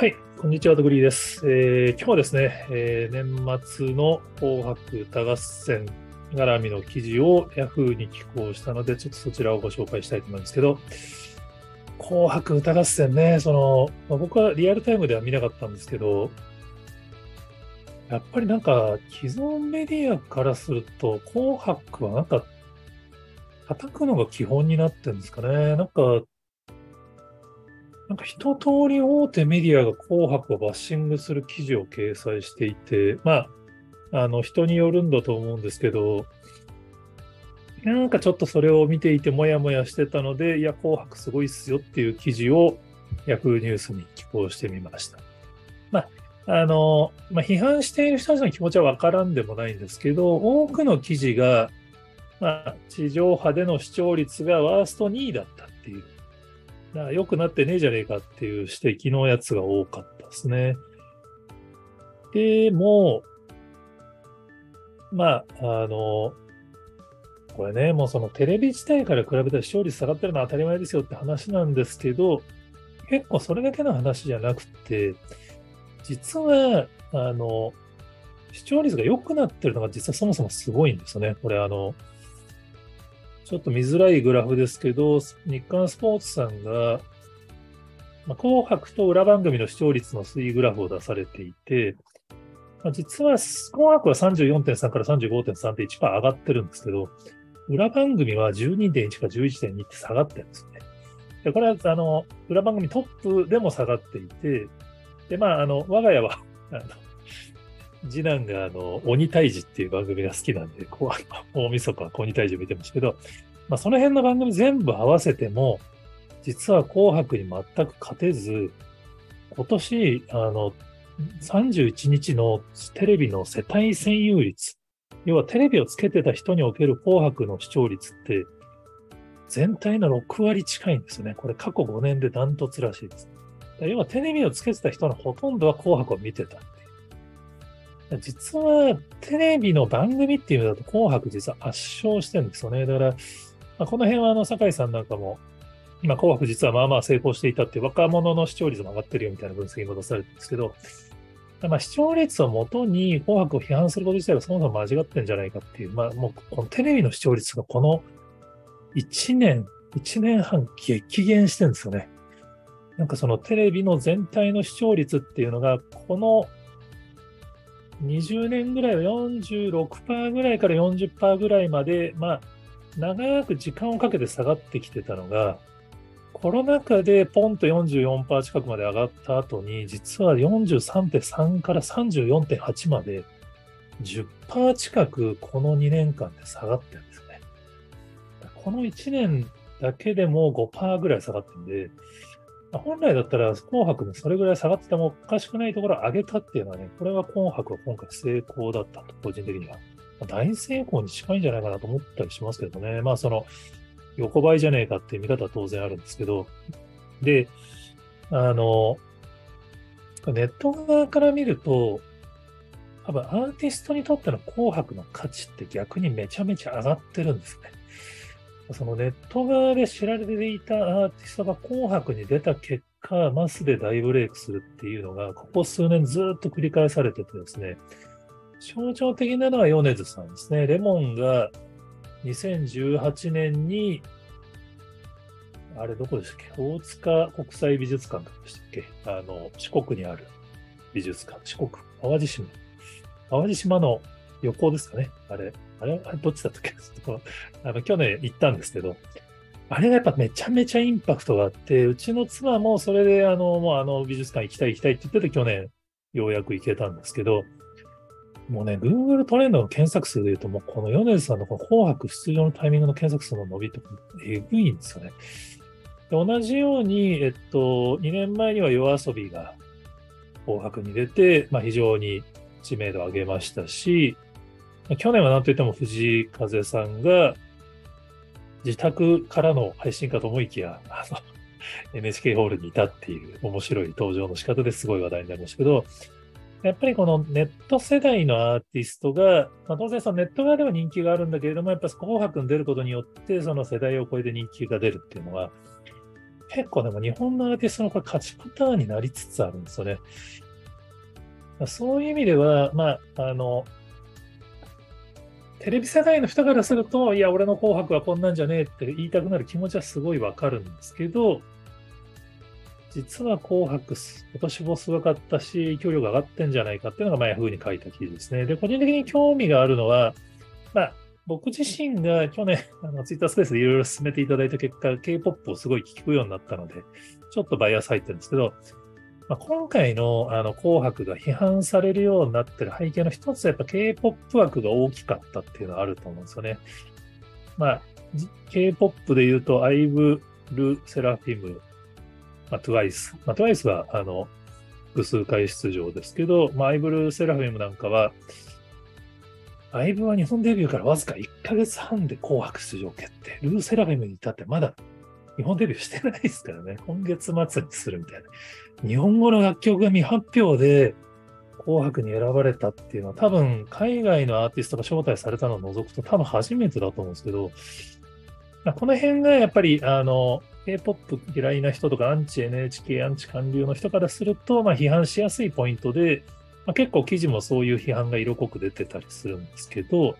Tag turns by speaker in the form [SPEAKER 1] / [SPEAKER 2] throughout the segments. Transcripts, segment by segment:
[SPEAKER 1] はい、こんにちは、とぐりーです。今日はですね、年末の紅白歌合戦絡みの記事を Yahoo に寄稿したので、ちょっとそちらをご紹介したいと思うんですけど、紅白歌合戦ね、僕はリアルタイムでは見なかったんですけど、やっぱりなんか既存メディアからすると、紅白はなんか叩くのが基本になってるんですかね。なんか一通り大手メディアが紅白をバッシングする記事を掲載していて、人によるんだと思うんですけど、なんかちょっとそれを見ていてもやもやしてたので、いや、紅白すごいっすよっていう記事を Yahoo ニュースに寄稿してみました。批判している人たちの気持ちはわからんでもないんですけど、多くの記事が、地上波での視聴率がワースト2位だったっていう、良くなってねえじゃねえかっていう指摘のやつが多かったですね。でも、まあ、あの、これね、もうそのテレビ自体から比べたら視聴率下がってるのは当たり前ですよって話なんですけど、結構それだけの話じゃなくて、実は、視聴率が良くなってるのが実はそもそもすごいんですよね。これちょっと見づらいグラフですけど、日刊スポーツさんが、紅白と裏番組の視聴率の推移グラフを出されていて、実は紅白は34.3から35.3って1%上がってるんですけど、裏番組は12.1か11.2って下がってるんですよね。で、これは、裏番組トップでも下がっていて、で、我が家は、あの、次男が、鬼退治っていう番組が好きなんで、大晦日は鬼退治を見てましたけど、その辺の番組全部合わせても、実は紅白に全く勝てず、今年、31日のテレビの世帯占有率、要はテレビをつけてた人における紅白の視聴率って、全体の6割近いんですよね。これ過去5年でダントツらしいです。要はテレビをつけてた人のほとんどは紅白を見てたっていう。実はテレビの番組っていうのだと紅白実は圧勝してるんですよね。だから、この辺は酒井さんなんかも、今紅白実はまあまあ成功していたっていう若者の視聴率も上がってるよみたいな分析も出されてるんですけど、視聴率をもとに紅白を批判すること自体がそもそも間違ってるんじゃないかっていう、もうこのテレビの視聴率がこの1年半激減してるんですよね。なんかそのテレビの全体の視聴率っていうのが、この20年ぐらいは46%ぐらいから40%ぐらいまで、長く時間をかけて下がってきてたのが、コロナ禍でポンと44%近くまで上がった後に、実は43.3から34.8まで10%近くこの2年間で下がってるんですね。この1年だけでも5%ぐらい下がってるんで、本来だったら紅白もそれぐらい下がっててもおかしくないところを上げたっていうのはね、これは紅白は今回成功だったと、個人的には。大成功に近いんじゃないかなと思ったりしますけどね。横ばいじゃねえかっていう見方は当然あるんですけど、で、ネット側から見ると、多分アーティストにとっての紅白の価値って逆にめちゃめちゃ上がってるんですね。そのネット側で知られていたアーティストが紅白に出た結果、マスで大ブレイクするっていうのが、ここ数年ずっと繰り返されててですね、象徴的なのは米津さんですね。レモンが2018年に、あれどこでしたっけ、大塚国際美術館でしたっけ、四国にある美術館、四国、淡路島。淡路島の横ですかね。あれどっちだったっけ去年行ったんですけど、あれがやっぱめちゃめちゃインパクトがあって、うちの妻もそれでもう美術館行きたいって言ってて去年ようやく行けたんですけど、もうね、Google トレンドの検索数で言うと、もうこの米津さんのこの紅白出場のタイミングの検索数の伸びとか、えぐいんですよね。で同じように、2年前にはYOASOBIが紅白に出て、非常に知名度を上げましたし、去年は何といっても藤井風さんが自宅からの配信かと思いきや、NHK ホールにいたっていう面白い登場の仕方ですごい話題になりましたけど、やっぱりこのネット世代のアーティストが、当然そのネット側では人気があるんだけれども、やっぱ紅白に出ることによってその世代を超えて人気が出るっていうのは、 結構でも日本のアーティストのこれ勝ちパターンになりつつあるんですよね。そういう意味では、テレビ世代の人からすると、いや、俺の紅白はこんなんじゃねえって言いたくなる気持ちはすごいわかるんですけど、実は紅白、今年もすごかったし、影響力上がってんじゃないかっていうのが、ヤフーに書いた記事ですね。で、個人的に興味があるのは、僕自身が去年、ツイッタースペースでいろいろ進めていただいた結果、K-POP をすごい聞くようになったので、ちょっとバイアス入ってるんですけど、今回の紅白が批判されるようになってる背景の一つはやっぱ K-POP 枠が大きかったっていうのはあると思うんですよね。K-POP で言うと、アイブル・セラフィム、TWICE。TWICE は複数回出場ですけど、アイブル・セラフィムなんかは、アイブは日本デビューからわずか1ヶ月半で紅白出場決定。ルー・セラフィムに至ってまだ日本デビューしてないですからね。今月末にするみたいな。日本語の楽曲が未発表で紅白に選ばれたっていうのは多分海外のアーティストが招待されたのを除くと多分初めてだと思うんですけど、この辺がやっぱりK-POP 嫌いな人とかアンチ NHK、アンチ韓流の人からすると、批判しやすいポイントで、結構記事もそういう批判が色濃く出てたりするんですけど、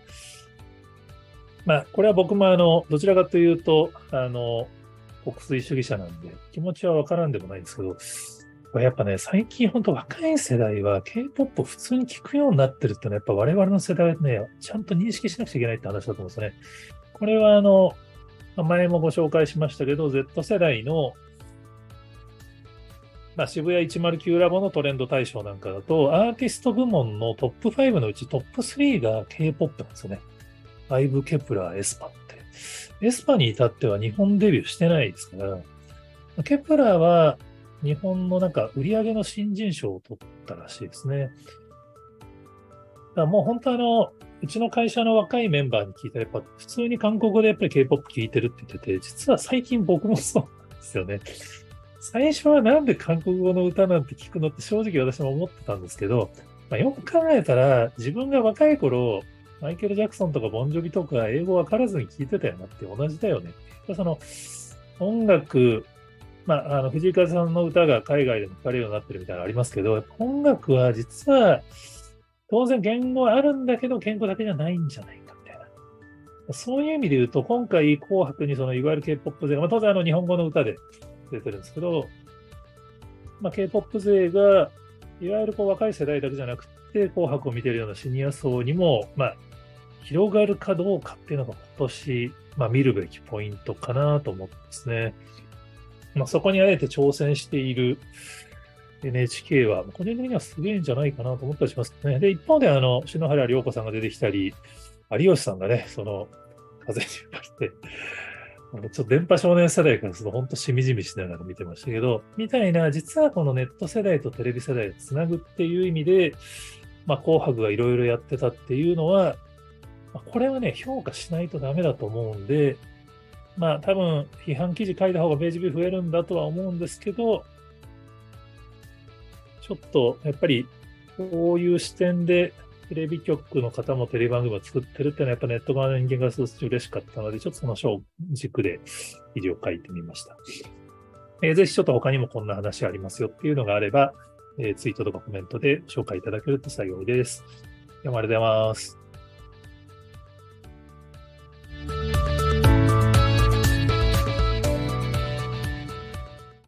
[SPEAKER 1] これは僕もどちらかというと、国粋主義者なんで気持ちはわからんでもないんですけど、やっぱね、最近本当若い世代は K-POP を普通に聞くようになってるってのは、やっぱ我々の世代はね、ちゃんと認識しなくちゃいけないって話だと思うんですよね。これは前もご紹介しましたけど、Z 世代の、渋谷109ラボのトレンド大賞なんかだと、アーティスト部門のトップ5のうちトップ3が K-POP なんですよね。アイブ・ケプラー、エスパって。エスパに至っては日本デビューしてないですから、ケプラーは日本の売り上げの新人賞を取ったらしいですね。だからもう本当うちの会社の若いメンバーに聞いたら、やっぱ普通に韓国語でやっぱり K-POP 聞いてるって言ってて、実は最近僕もそうなんですよね。最初はなんで韓国語の歌なんて聞くのって正直私も思ってたんですけど、よく考えたら自分が若い頃、マイケル・ジャクソンとかボンジョビとか英語わからずに聞いてたよなって同じだよね。その音楽、藤井風さんの歌が海外でも聞かれるようになってるみたいなのありますけど、音楽は実は当然言語はあるんだけど、言語だけじゃないんじゃないかみたいな。そういう意味で言うと、今回紅白にいわゆる K-POP 勢が、当然日本語の歌で出てるんですけど、K-POP 勢が、いわゆる若い世代だけじゃなくて、紅白を見ているようなシニア層にも、広がるかどうかっていうのが今年、見るべきポイントかなと思ってますね。そこにあえて挑戦している NHK は、個人的にはすげえんじゃないかなと思ったりしますね。で、一方で、篠原涼子さんが出てきたり、有吉さんがね、風に吹かれて、ちょっと電波少年世代からすると本当しみじみしながら見てましたけど、みたいな、実はこのネット世代とテレビ世代をつなぐっていう意味で、紅白がいろいろやってたっていうのは、これはね、評価しないとダメだと思うんで、多分、批判記事書いた方がページビュー増えるんだとは思うんですけど、ちょっと、やっぱり、こういう視点で、テレビ局の方もテレビ番組を作ってるっていうのは、やっぱネット側の人間がすごく嬉しかったので、ちょっとその軸で記事を書いてみました。ぜひちょっと他にもこんな話ありますよっていうのがあれば、ツイートとかコメントで紹介いただけると幸いです。どうもありがとうございます。